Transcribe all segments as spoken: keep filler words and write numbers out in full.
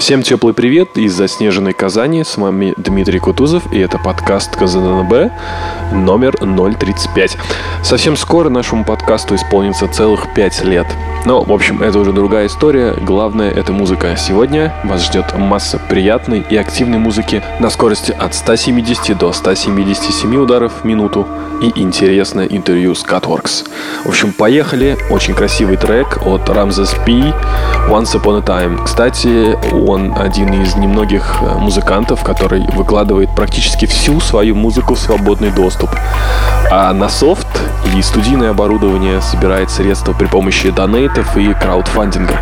Всем теплый привет из заснеженной Казани. С вами Дмитрий Кутузов, и это подкаст КЗНБ номер ноль тридцать пять. Совсем скоро нашему подкасту исполнится целых пять лет. Но, в общем, это уже другая история. Главное — это музыка. Сегодня вас ждет масса приятной и активной музыки на скорости от ста семидесяти до ста семидесяти семи ударов в минуту и интересное интервью с Cutworks. В общем, поехали. Очень красивый трек от Рамзес Пи, Once Upon a Time. Кстати, он один из немногих музыкантов, который выкладывает практически всю свою музыку в свободный доступ. А на софт и студийное оборудование собирает средства при помощи донейтов и краудфандинга.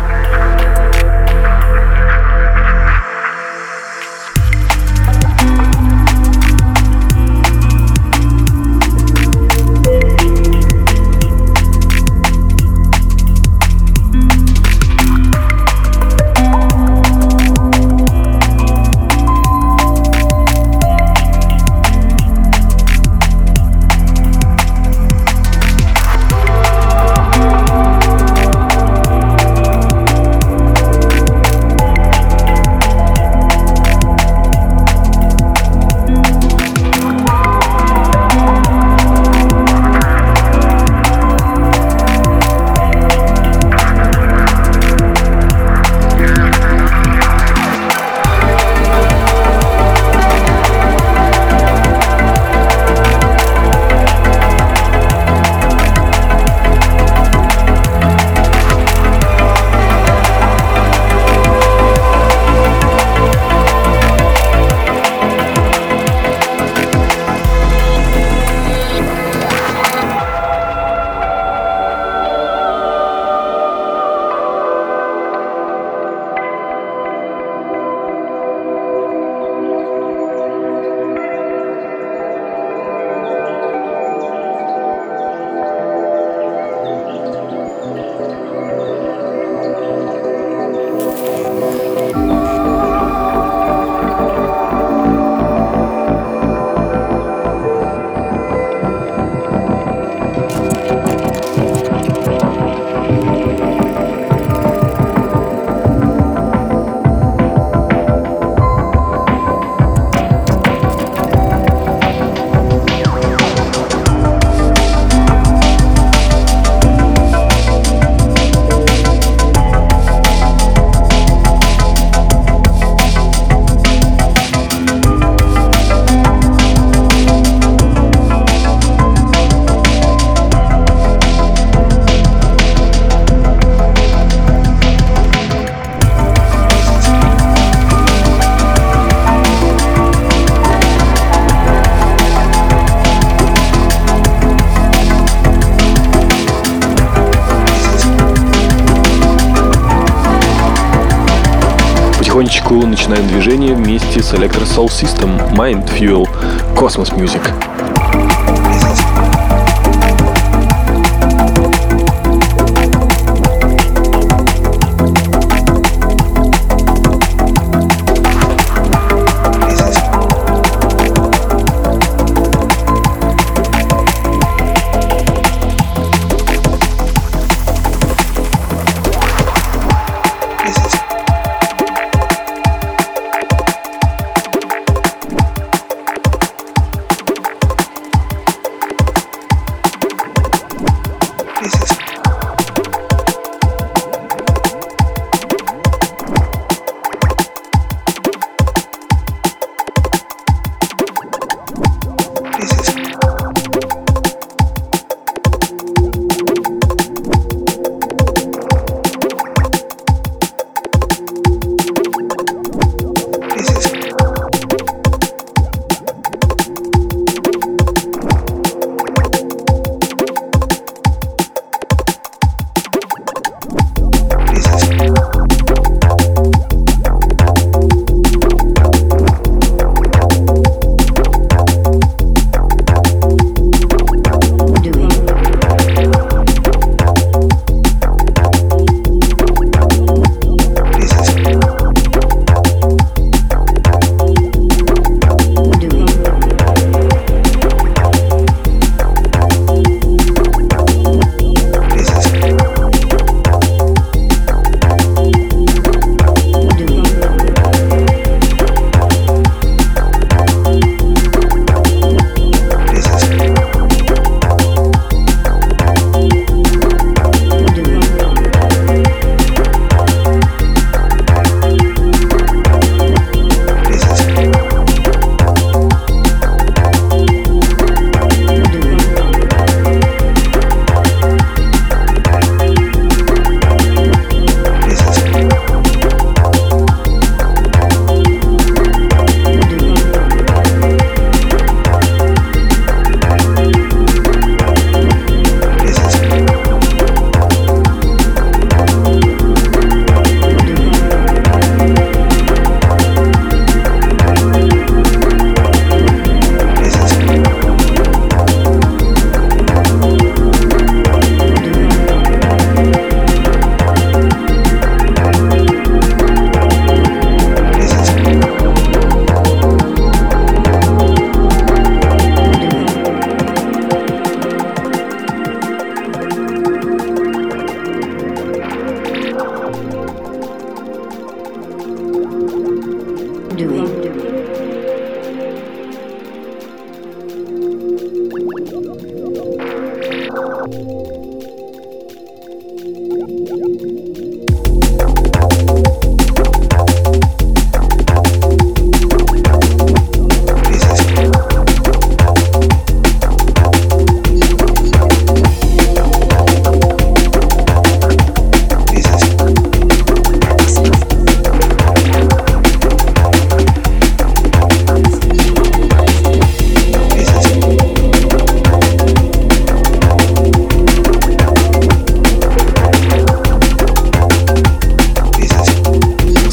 Потихонечку начинаем движение вместе с Electro Soul System, Mind Fuel, Cosmos Music.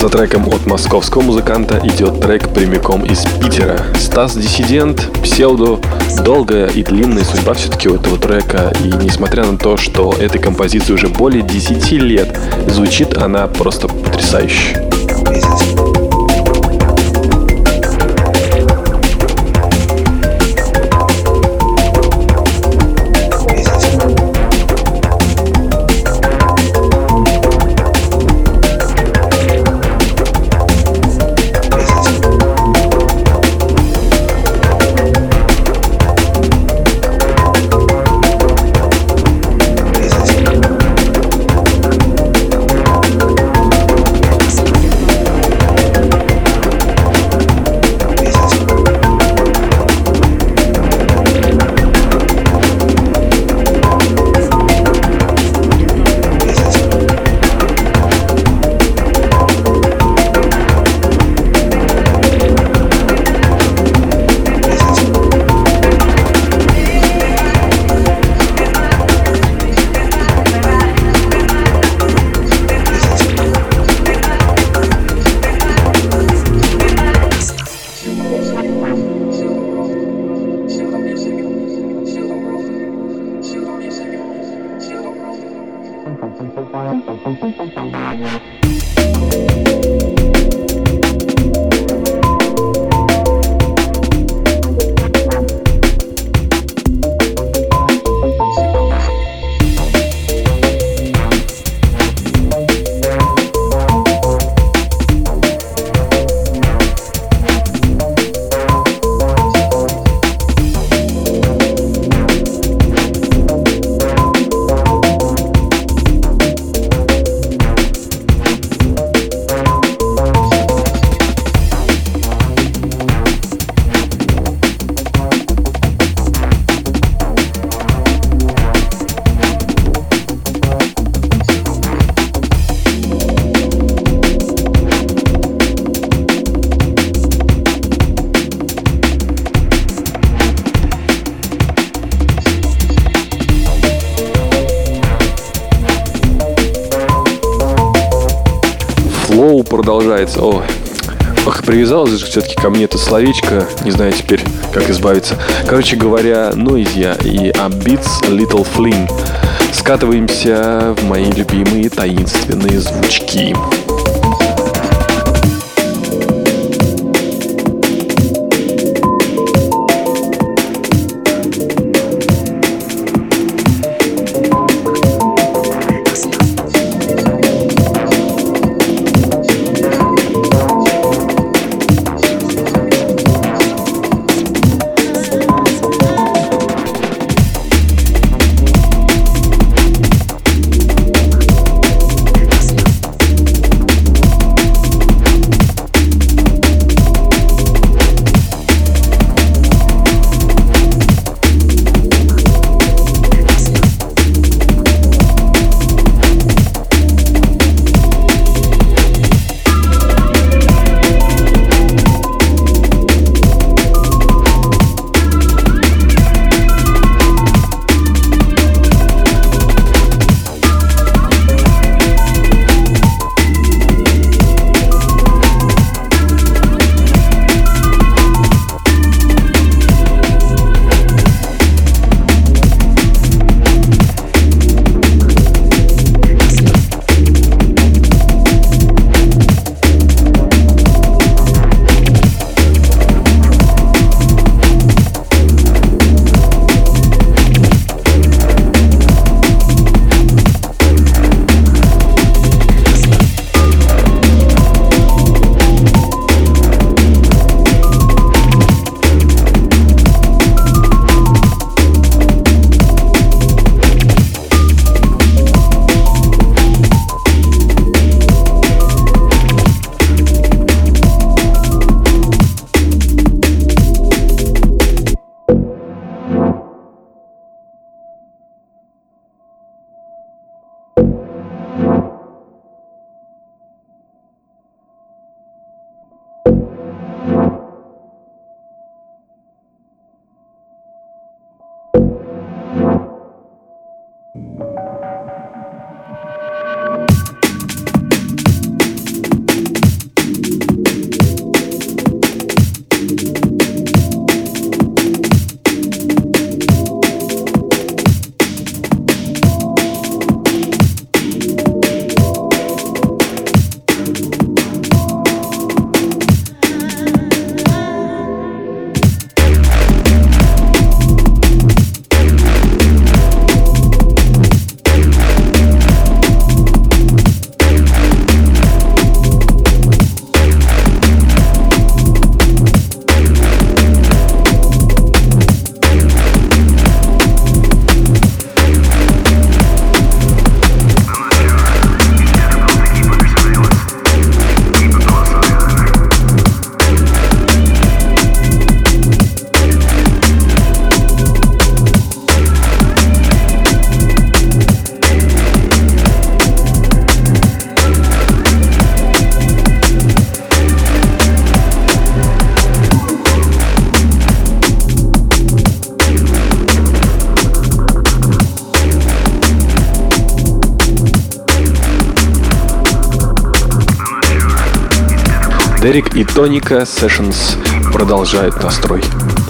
За треком от московского музыканта идет трек прямиком из Питера. Стас Диссидент, Псевдо. Долгая и длинная судьба все-таки у этого трека. И несмотря на то, что этой композиции уже более десяти лет, звучит она просто потрясающе. Флоу продолжается. Ой, ох, привязалось же все-таки ко мне это словечко. Не знаю теперь, как избавиться. Короче говоря, Noisia и Upbeats Little Fling. Скатываемся в мои любимые таинственные звучки. Дерек и Тоника Sessions продолжают настрой.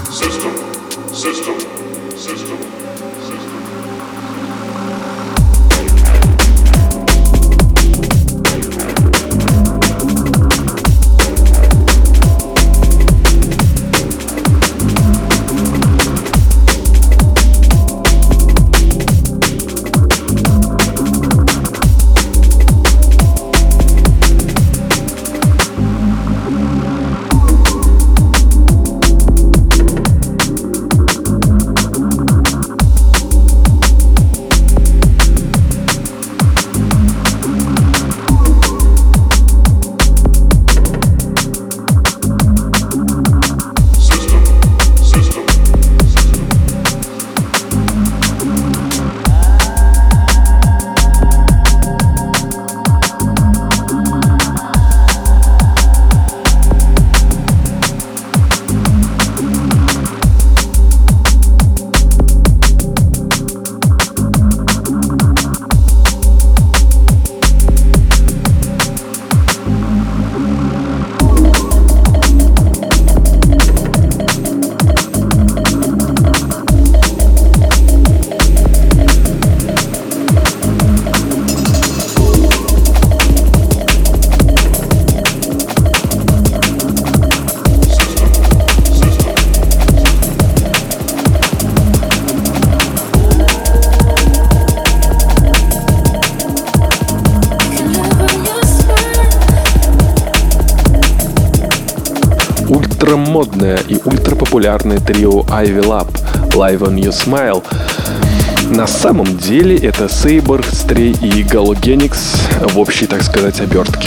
Ультрамодное и ультрапопулярное трио Ivy Lab Live on Your Smile. На самом деле это Saber, Stray и Galogenix в общей, так сказать, обертке.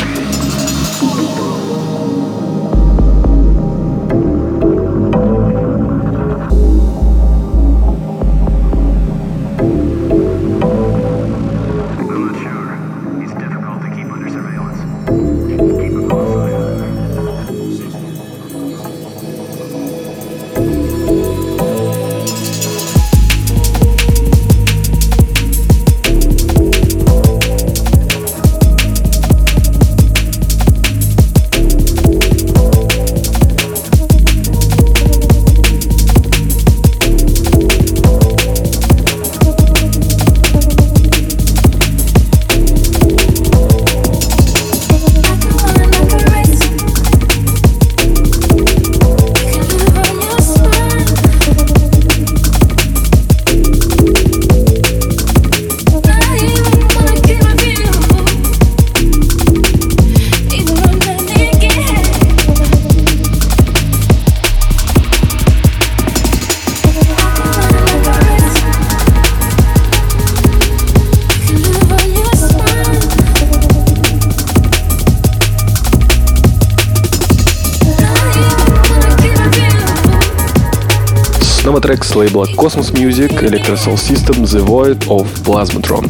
Снова трек с лейбла Cosmos Music, Electrosoul System, The Void of Plasmatron.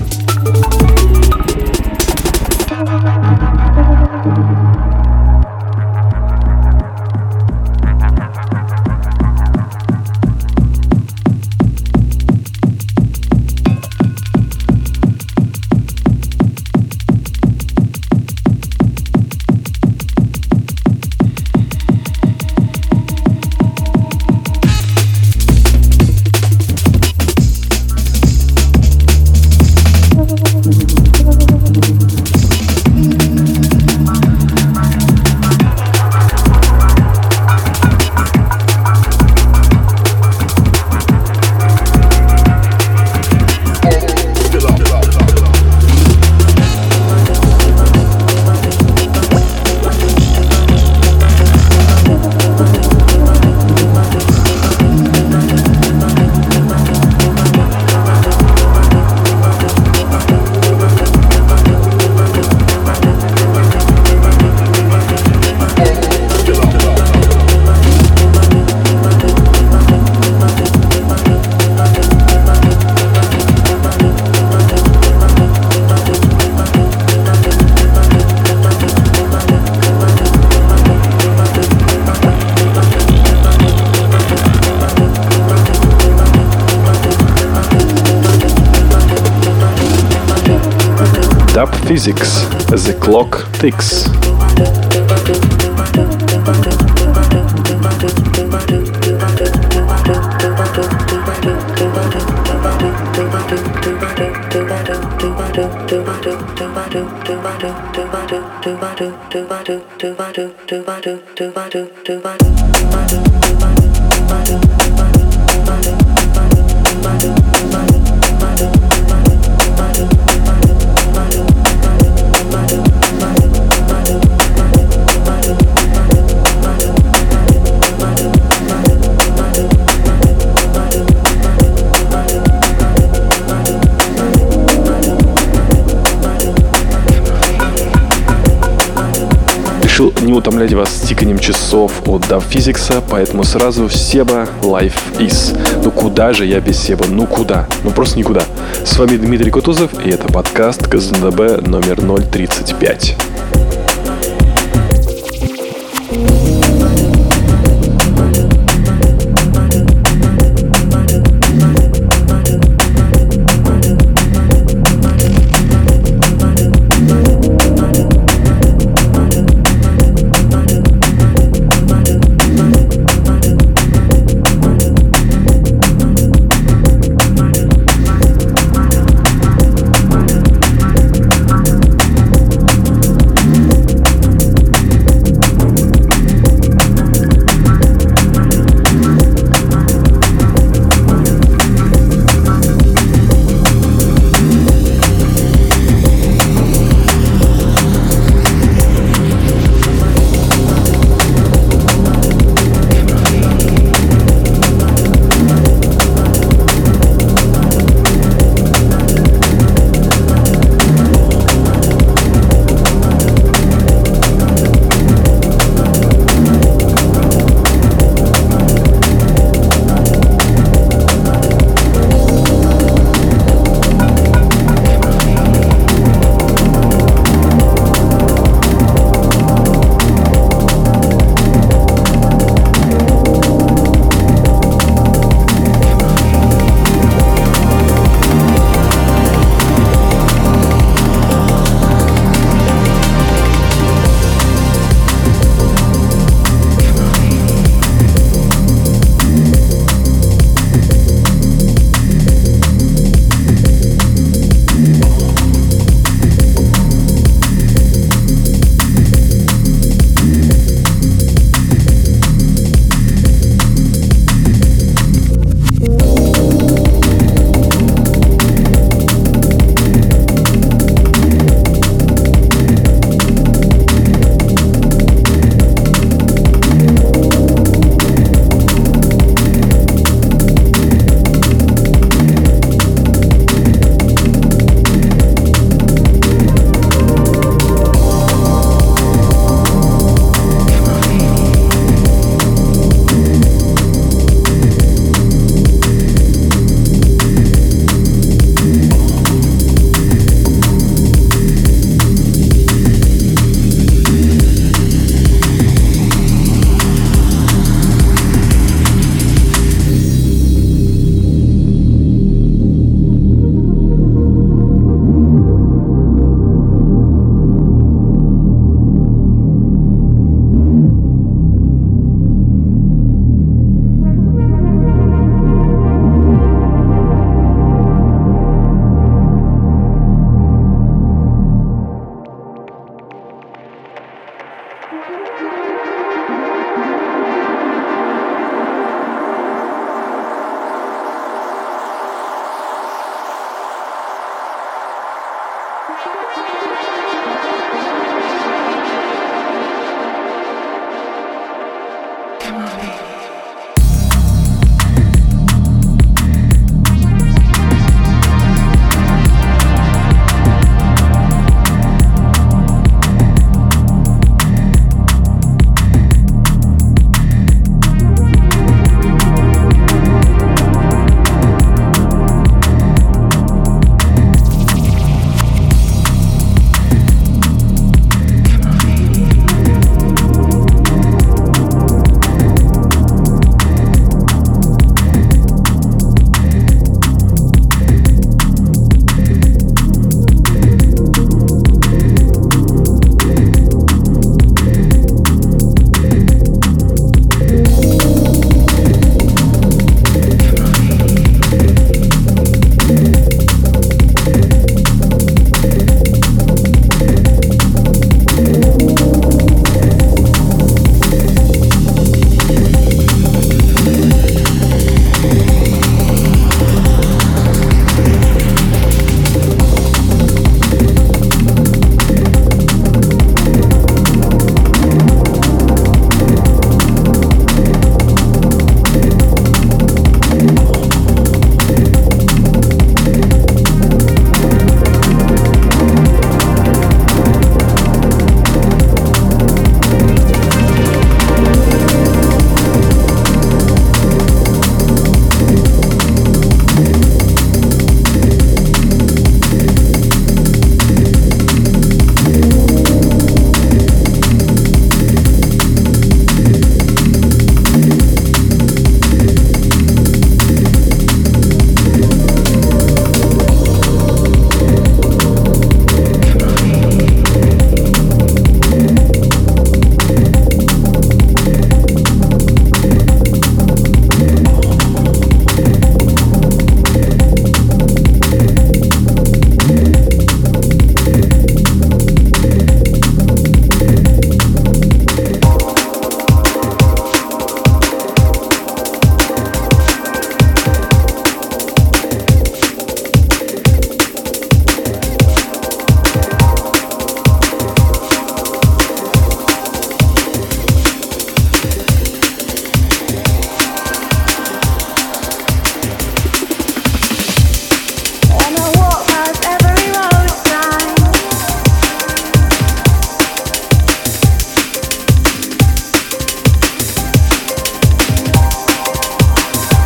Dub Physics, The Clock Ticks. Решил не утомлять вас тиканием часов от Dub Physics, поэтому сразу Себа Life Is. Ну куда же я без Себа? Ну куда? Ну просто никуда. С вами Дмитрий Кутузов, и это подкаст КЗНДБ номер ноль тридцать пять.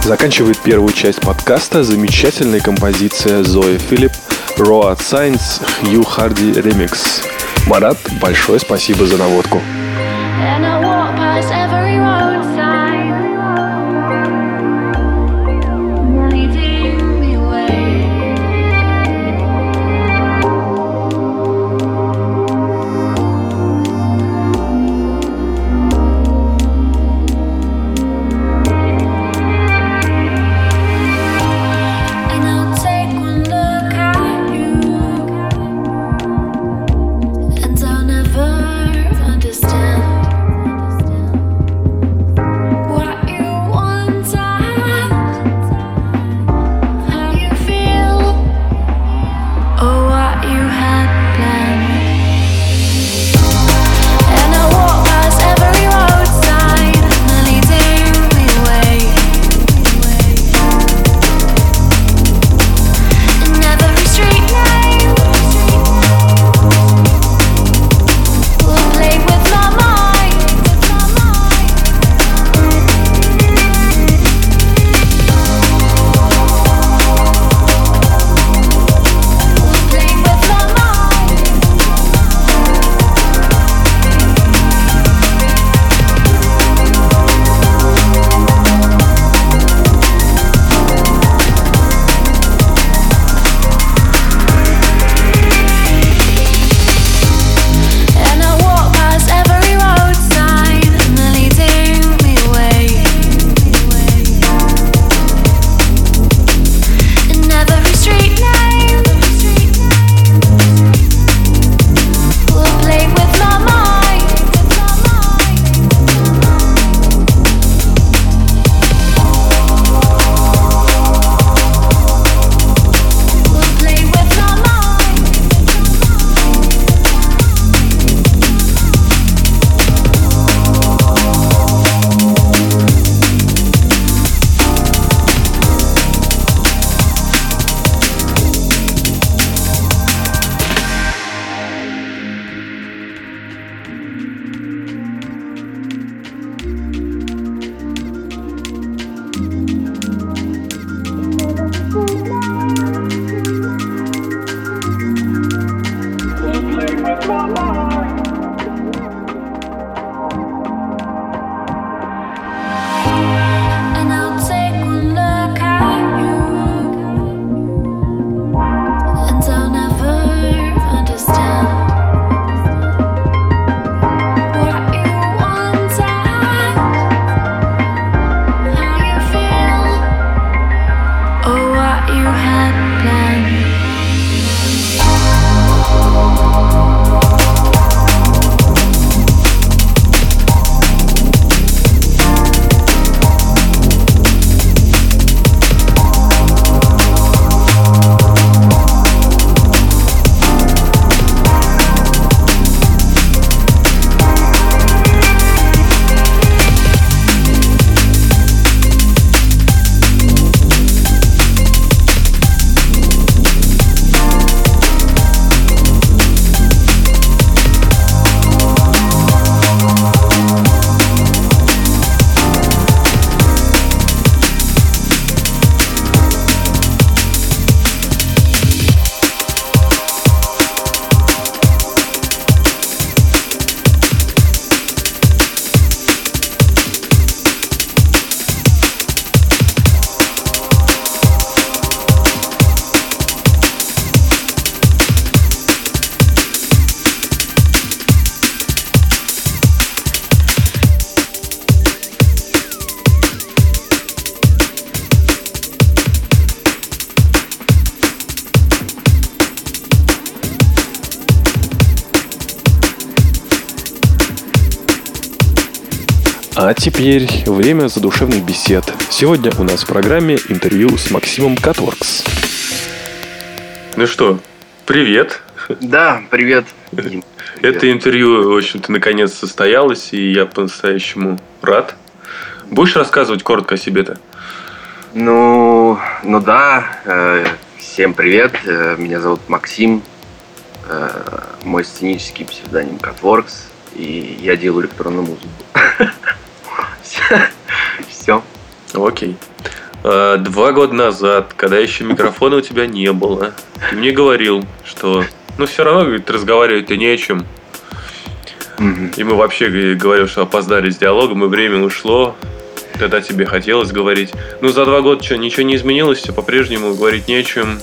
Заканчивает первую часть подкаста замечательная композиция Зои Филипп Road Signs Hugh Hardy Remix. Марат, большое спасибо за наводку. А теперь время задушевных бесед. Сегодня у нас в программе интервью с Максимом Cutworks. Ну что, привет. Да, привет. привет. Это интервью, в общем-то, наконец состоялось, и я по-настоящему рад. Будешь рассказывать коротко о себе-то? Ну, ну да. Всем привет. Меня зовут Максим. Мой сценический псевдоним Cutworks. И я делаю электронную музыку. Все. Окей. А, два года назад, когда еще микрофона у тебя не было, ты мне говорил, что ну все равно, говорит, разговаривать-то не о чем. Mm-hmm. И мы вообще говорим, что опоздали с диалогом, и время ушло. Тогда тебе хотелось говорить. Ну, за два года что, ничего не изменилось? Все по-прежнему говорить не о чем.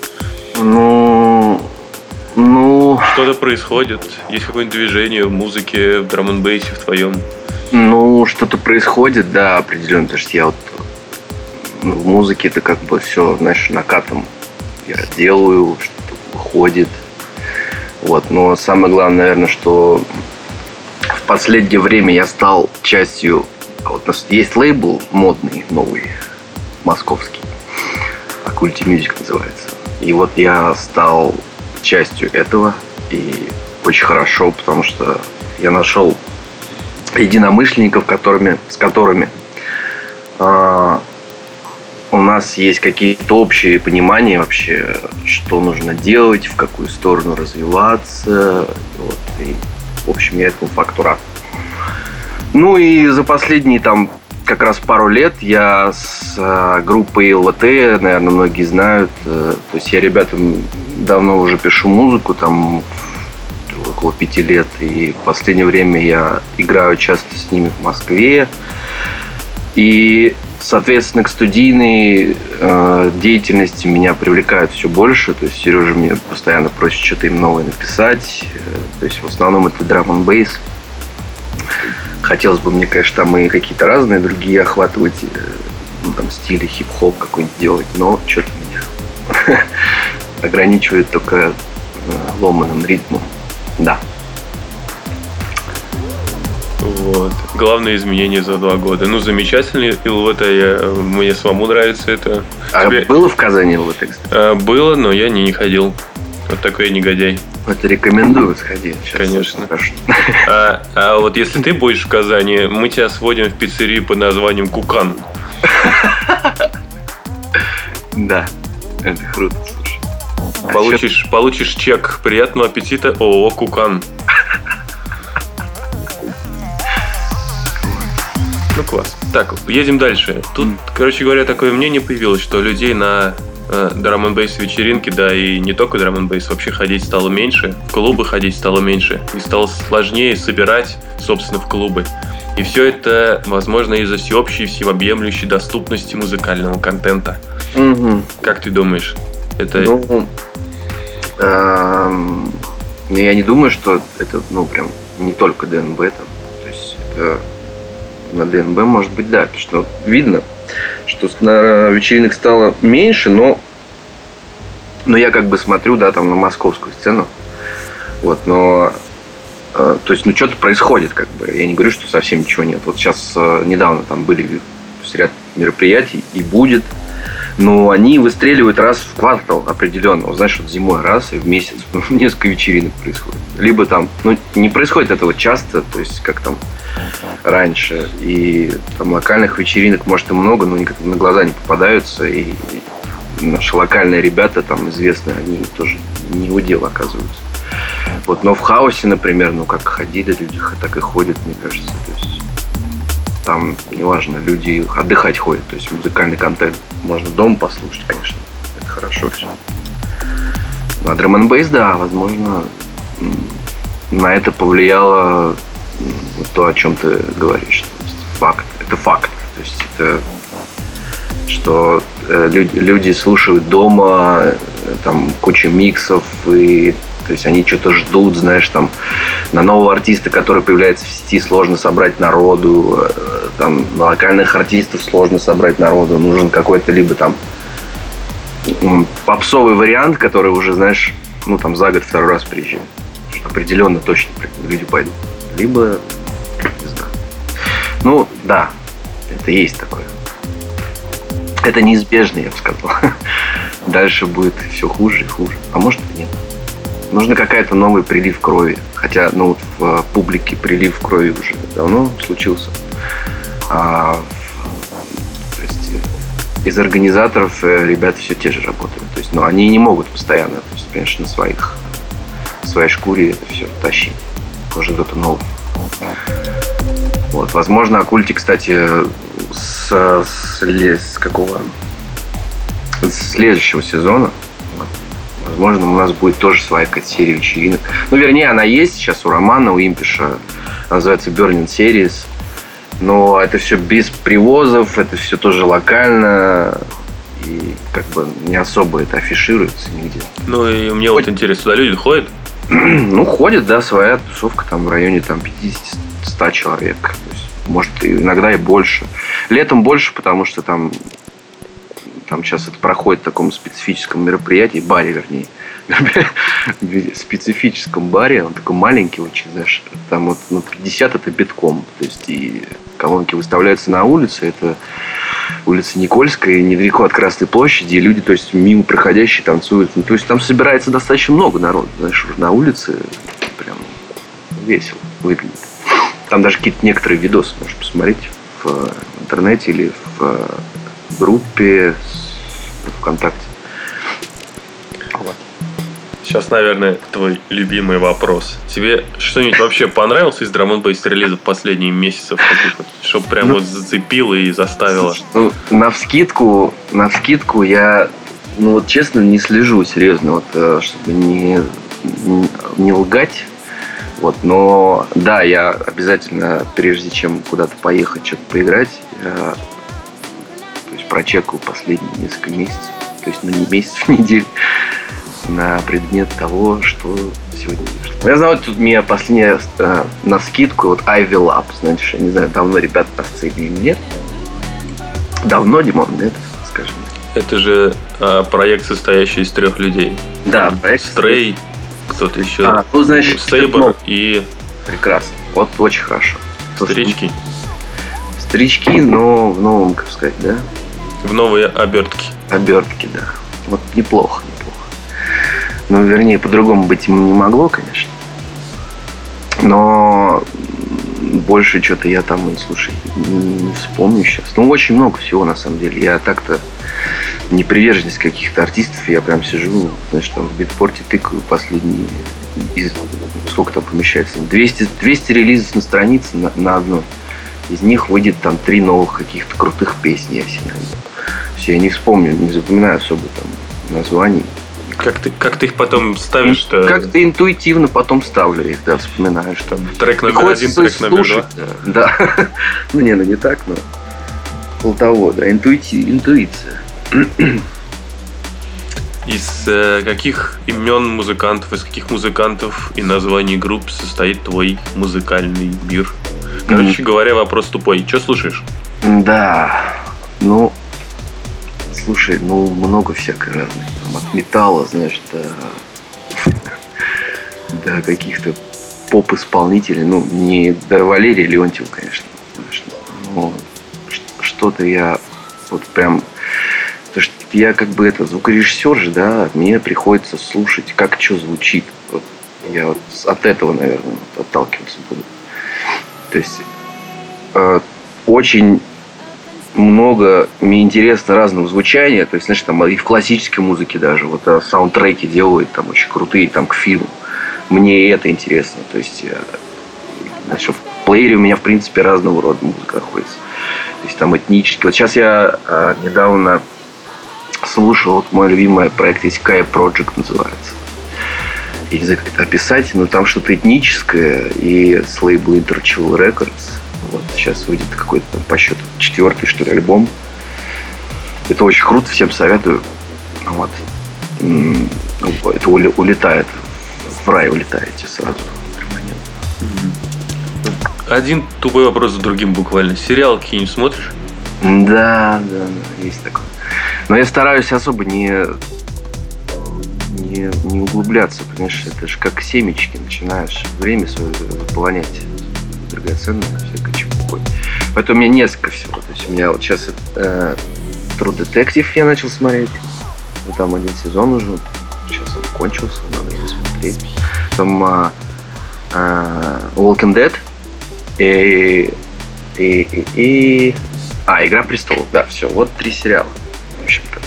Ну... Ну... Что-то происходит? Есть какое-нибудь движение в музыке, в драм-н-бейсе в твоем? Ну, что-то происходит, да, определенно. Потому что я вот ну, в музыке это как бы все, знаешь, накатом я делаю, что-то выходит. Вот. Но самое главное, наверное, что в последнее время я стал частью... Вот у нас есть лейбл модный, новый, московский. Occulti Music называется. И вот я стал частью этого. И очень хорошо, потому что я нашел единомышленников, которыми, с которыми э, у нас есть какие-то общие понимания вообще, что нужно делать, в какую сторону развиваться. Вот. И, в общем, я этому факту рад. Ну и за последние там как раз пару лет я с э, группой эл тэ, наверное, многие знают. Э, то есть я ребятам давно уже пишу музыку, там около пяти лет. И в последнее время я играю часто с ними в Москве. И, соответственно, к студийной э, деятельности меня привлекают все больше. То есть Сережа мне постоянно просит что-то им новое написать. Э, то есть в основном это драм-н-бейс. Хотелось бы мне, конечно, там и какие-то разные другие охватывать, ну, там, стили, хип-хоп какой-нибудь делать, но что-то меня ограничивает только ломаным ритмом. Да. Вот. Главное изменение за два года. Ну, замечательно, эл тэ, я, мне самому нравится это. А Тебе... было в Казани эл тэ, кстати? А, было, но я не, не ходил. Вот такой я негодяй. Это рекомендую сходить. Сейчас. Конечно. А, а вот если ты будешь в Казани, мы тебя сводим в пиццерию под названием Кукан. Да, это круто, слушай. Получишь, а получишь чек. Приятного аппетита, ООО Кукан. Ну класс. Так, едем дальше. Тут, короче говоря, такое мнение появилось, что людей на драм-н-бейс вечеринки, да и не только драм-н-бейс, вообще ходить стало меньше, в клубы ходить стало меньше, и стало сложнее собирать, собственно, в клубы. И все это, возможно, из-за всеобщей, всеобъемлющей доступности музыкального контента. Угу. Как ты думаешь? Это... Ну, эм, я не думаю, что это, ну, прям не только ДНБ там. То есть это на ДНБ может быть, да, потому что видно, что на вечеринок стало меньше, но, но я как бы смотрю, да, там на московскую сцену. Вот, но э, то есть, ну, что-то происходит, как бы. Я не говорю, что совсем ничего нет. Вот сейчас э, недавно там были ряд мероприятий и будет. Но они выстреливают раз в квартал определенно. Вот, знаешь, вот зимой раз и в месяц ну, несколько вечеринок происходит. Либо там, ну, не происходит этого часто, то есть как там раньше. И там локальных вечеринок, может, и много, но никак на глаза не попадаются. И, и наши локальные ребята, там, известные, они тоже не у дела оказываются. Вот, но в хаосе, например, ну, как ходили люди, так и ходят, мне кажется. То есть там, неважно, люди отдыхать ходят. То есть музыкальный контент можно дома послушать, конечно. Это хорошо все. А драм-н-бейс, да, возможно, на это повлияло то, о чем ты говоришь. То есть факт. Это факт. То есть это что люди, люди слушают дома там кучу миксов и то есть они что-то ждут, знаешь, там на нового артиста, который появляется в сети, сложно собрать народу, там на локальных артистов сложно собрать народу, нужен какой-то либо там попсовый вариант, который уже, знаешь, ну там за год второй раз приезжает, определенно точно люди пойдут, либо не знаю, ну да, это есть такое, это неизбежно, я бы сказал, дальше будет все хуже и хуже, а может и нет. Нужно какая-то новый прилив крови. Хотя, ну, в публике прилив крови уже давно случился. А, то есть из организаторов ребята все те же работают. То есть, ну, они не могут постоянно, то есть, конечно, на своих, в своей шкуре это все тащить. Нужно что-то новое. Вот. Возможно, Occulti, кстати, с с, с, с какого? С следующего сезона. Возможно, у нас будет тоже своя какая-то серия вечеринок. Ну, вернее, она есть сейчас у Романа, у Импиша. Она называется Burning Series. Но это все без привозов, это все тоже локально. И как бы не особо это афишируется нигде. Ну, и мне Ходь... вот интересно, туда люди ходят? Ну, ходит, да, своя тусовка там в районе там, пятьдесят-сто человек. То есть, может, иногда и больше. Летом больше, потому что там, там сейчас это проходит в таком специфическом мероприятии, баре, вернее. В специфическом баре, он такой маленький очень, знаешь, там вот ну, пятьдесят это битком. То есть, и колонки выставляются на улице, это улица Никольская, недалеко от Красной площади, и люди, то есть, мимо проходящие танцуют. Ну, то есть, там собирается достаточно много народу, знаешь, уже на улице прям весело выглядит. Там даже какие-то некоторые видосы можно посмотреть в интернете или в группе ВКонтакте. Вот. Сейчас, наверное, твой любимый вопрос. Тебе что-нибудь вообще понравилось из драм-н-бейс релизов последние месяцы? Что прям ну, вот зацепило и заставило? Ну, навскидку, навскидку я, ну вот честно, не слежу серьезно, вот, чтобы не, не, не лгать. Вот, но да, я обязательно, прежде чем куда-то поехать, что-то поиграть, я, то есть прочекаю последние несколько месяцев. То есть, ну не месяцев, недель. На предмет того, что сегодня вышло. Я знаю, тут меня последняя э, на скидку, вот Ivy Lab, знаешь, я не знаю, давно ребята на сцене или нет. Давно, Димон, нет? Скажи мне. Это же э, проект, состоящий из трех людей. Да, проект. Стрей, кто-то еще. А, ну, значит, Сейбр и... Прекрасно. Вот очень хорошо. Старички. Старички, но в новом, как сказать, да? В новые обертки. Обертки, да. Вот неплохо. Ну, вернее, по-другому быть ему не могло, конечно. Но больше что-то я там, слушай, не вспомню сейчас. Ну, очень много всего, на самом деле. Я так-то не приверженец каких-то артистов. Я прям сижу, знаешь, там в битпорте тыкаю последние... Из, сколько там помещается? двести, двести релизов на странице на, на одну. Из них выйдет там три новых каких-то крутых песни. Я все найду. Все, я не вспомню, не запоминаю особо там названий. Как ты, как ты их потом ставишь-то? Как-то интуитивно потом ставлю их, да, вспоминаю, что... Трек номер один, трек номер два. Да. да. Ну, не, ну не так, но... Пол того, да, интуити... интуиция. Из э, каких имен музыкантов, из каких музыкантов и названий групп состоит твой музыкальный мир? Короче mm. говоря, вопрос тупой. Что слушаешь? Да, ну... Слушай, ну, много всякой разной. Там, от металла, знаешь, до, до каких-то поп-исполнителей. Ну, не до Валерия Леонтьева, конечно. Но что-то я вот прям... Потому что я как бы это звукорежиссер же, да, мне приходится слушать, как что звучит. Вот я вот от этого, наверное, отталкиваться буду. То есть э, очень... много, мне интересно разного звучания, то есть, знаешь, там и в классической музыке даже, вот а, саундтреки делают там очень крутые, там к фильму. Мне это интересно, то есть, знаешь, в плеере у меня, в принципе, разного рода музыка находится. То есть, там этнически. Вот сейчас я а, недавно слушал, вот мой любимый проект есть Kaya Project называется. Я не знаю, как это описать, но там что-то этническое, и с лейбла Interchill Records. Вот сейчас выйдет какой-то там по счету четвертый, что ли, альбом. Это очень круто, всем советую. Вот. Это улетает, в рай улетаете сразу. Один тупой вопрос за другим буквально. Сериал какие-нибудь смотришь? Да, да, да, есть такое. Но я стараюсь особо не, не, не углубляться, понимаешь, это же как семечки, начинаешь время свое заполонять. Драгоценное, всякое чепухой. Поэтому у меня несколько всего. То есть у меня вот сейчас э, True Detective я начал смотреть. Ну, там один сезон уже. Сейчас он кончился, надо его смотреть. Там э, э, Walking Dead и, и, и, и... А, Игра престолов. Да, все. Вот три сериала. В общем-то.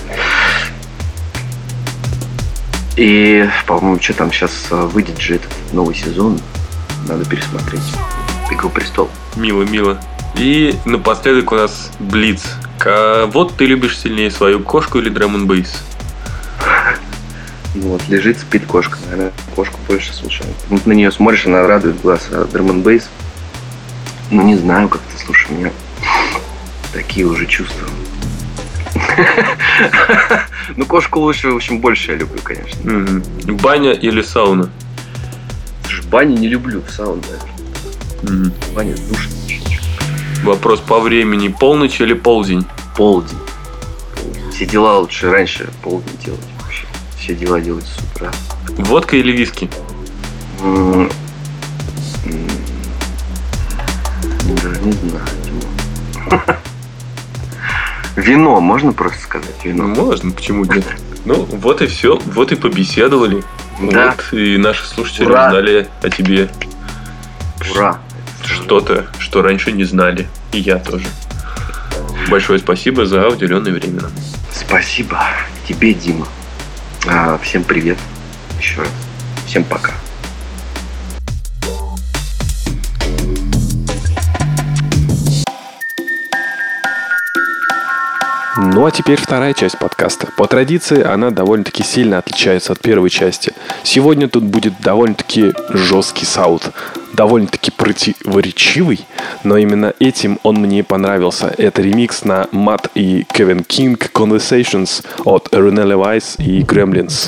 И, по-моему, что там сейчас выйдет же этот новый сезон. Надо пересмотреть. Игру престолов. Мило, мило. И напоследок у нас блиц. Кого ты любишь сильнее, свою кошку или драм н бейс? Ну вот, лежит, спит кошка, наверное, кошку больше слушаю. Вот на нее смотришь, она радует глаз, а драм н бейс, ну не знаю, как-то, слушай, у меня такие уже чувства. Ну, кошку лучше, в общем, больше я люблю, конечно. Баня или сауна? Слушай, бани не люблю, сауну, наверное. Баня душно. Вопрос по времени. Полночь или полдень? Полдень. Все дела лучше раньше полдень делать. Вообще. Все дела делать с утра. Водка или виски? М-м- Даже не знаю. Вино, можно просто сказать? Вино. Можно, почему нет? Ну, вот и все. Вот и побеседовали. Да. Вот и наши слушатели Ура. узнали о тебе Ура! что-то, что раньше не знали. И я тоже. Большое спасибо за уделенное время. Спасибо тебе, Дима. А, всем привет. Еще раз. Всем пока. Ну а теперь вторая часть подкаста. По традиции она довольно-таки сильно отличается от первой части. Сегодня тут будет довольно-таки жесткий саунд. Довольно-таки противоречивый, но именно этим он мне понравился. Это ремикс на Matt и Kevin King Conversations от René Lewis и Gremlins.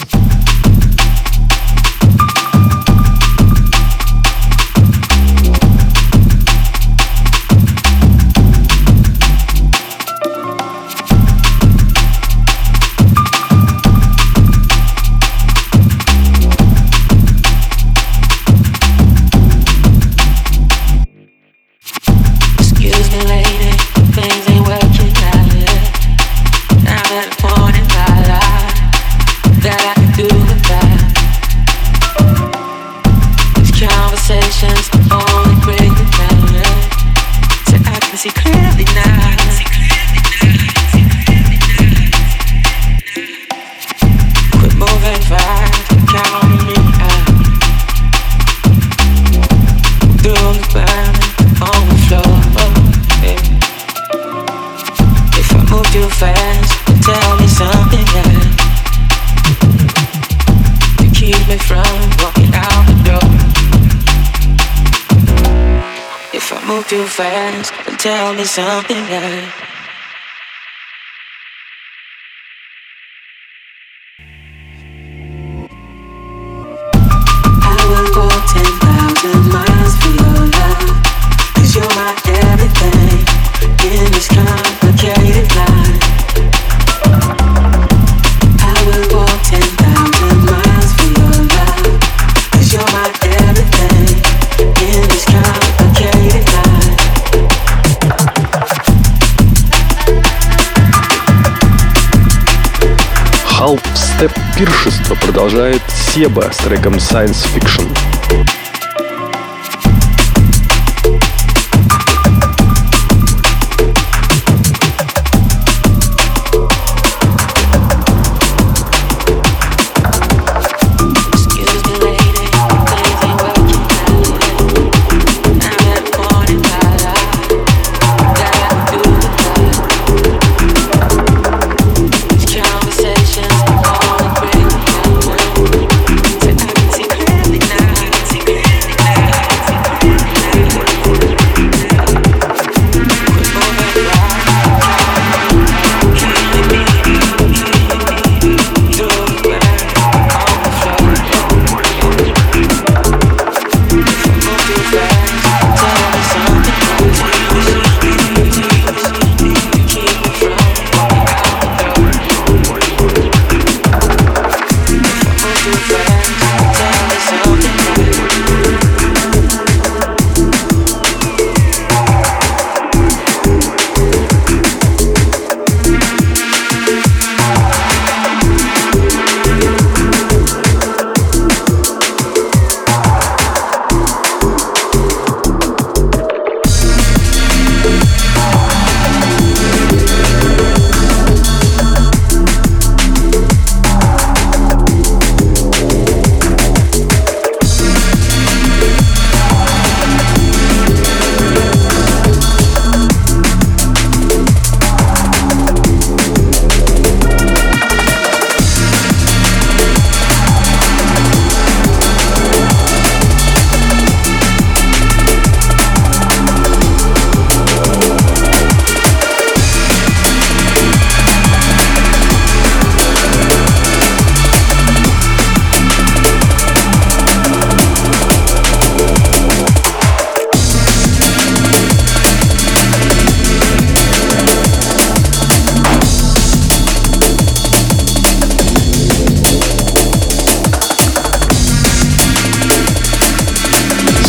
Too fast, and tell me something else. I will go ten thousand miles for your love, 'cause you're my everything in this complicated life. I will go ten thousand miles for your love, 'cause you're my everything in this complicated life. Half-Step пиршество продолжает Себа с треком Science Fiction. Conversations all the great, so I can see clearly now.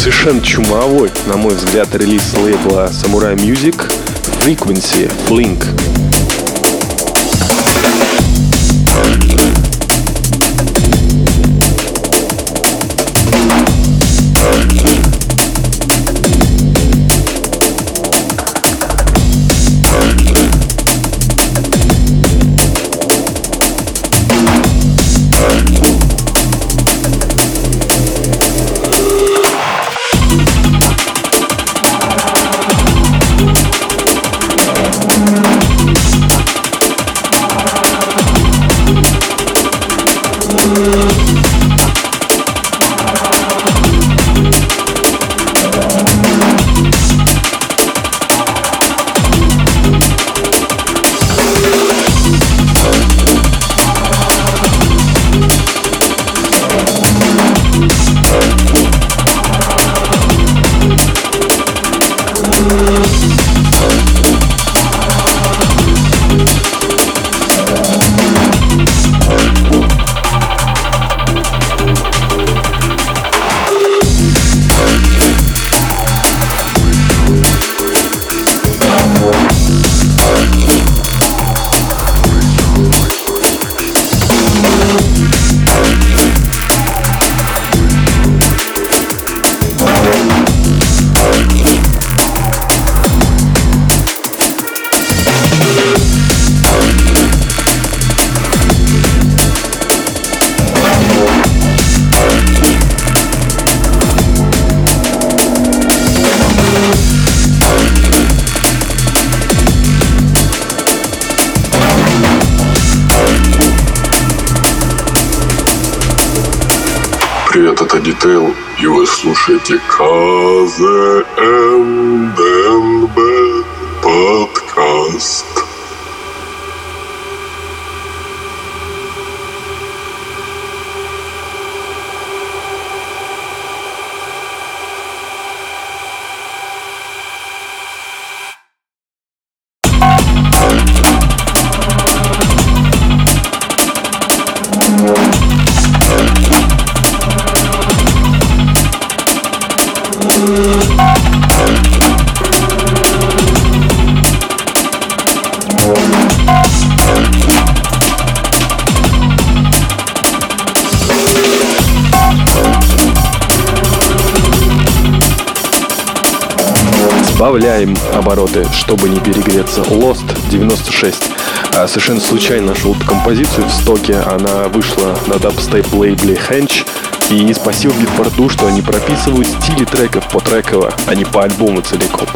совершенно чумовой, на мой взгляд, релиз лейбла Samurai Music Frequency Flink. Привет, это Detail, и вы слушаете ка зэ эм дэ эн бэ подкаст. Сбавляем обороты, чтобы не перегреться. Lost девяносто шесть. А, совершенно случайно нашел эту композицию в стоке. Она вышла на дабстеп лейбле Hench. И спасибо Битпорту, что они прописывают стили треков по треково, а не по альбому целиком.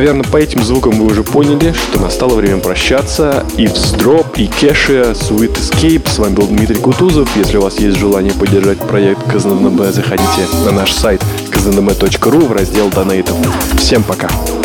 Наверное, по этим звукам вы уже поняли, что настало время прощаться. И Drop, и Kesha, Sweet Escape. С вами был Дмитрий Кутузов. Если у вас есть желание поддержать проект КЗНБ, заходите на наш сайт кзнб точка ру в раздел «Донейтов». Всем пока!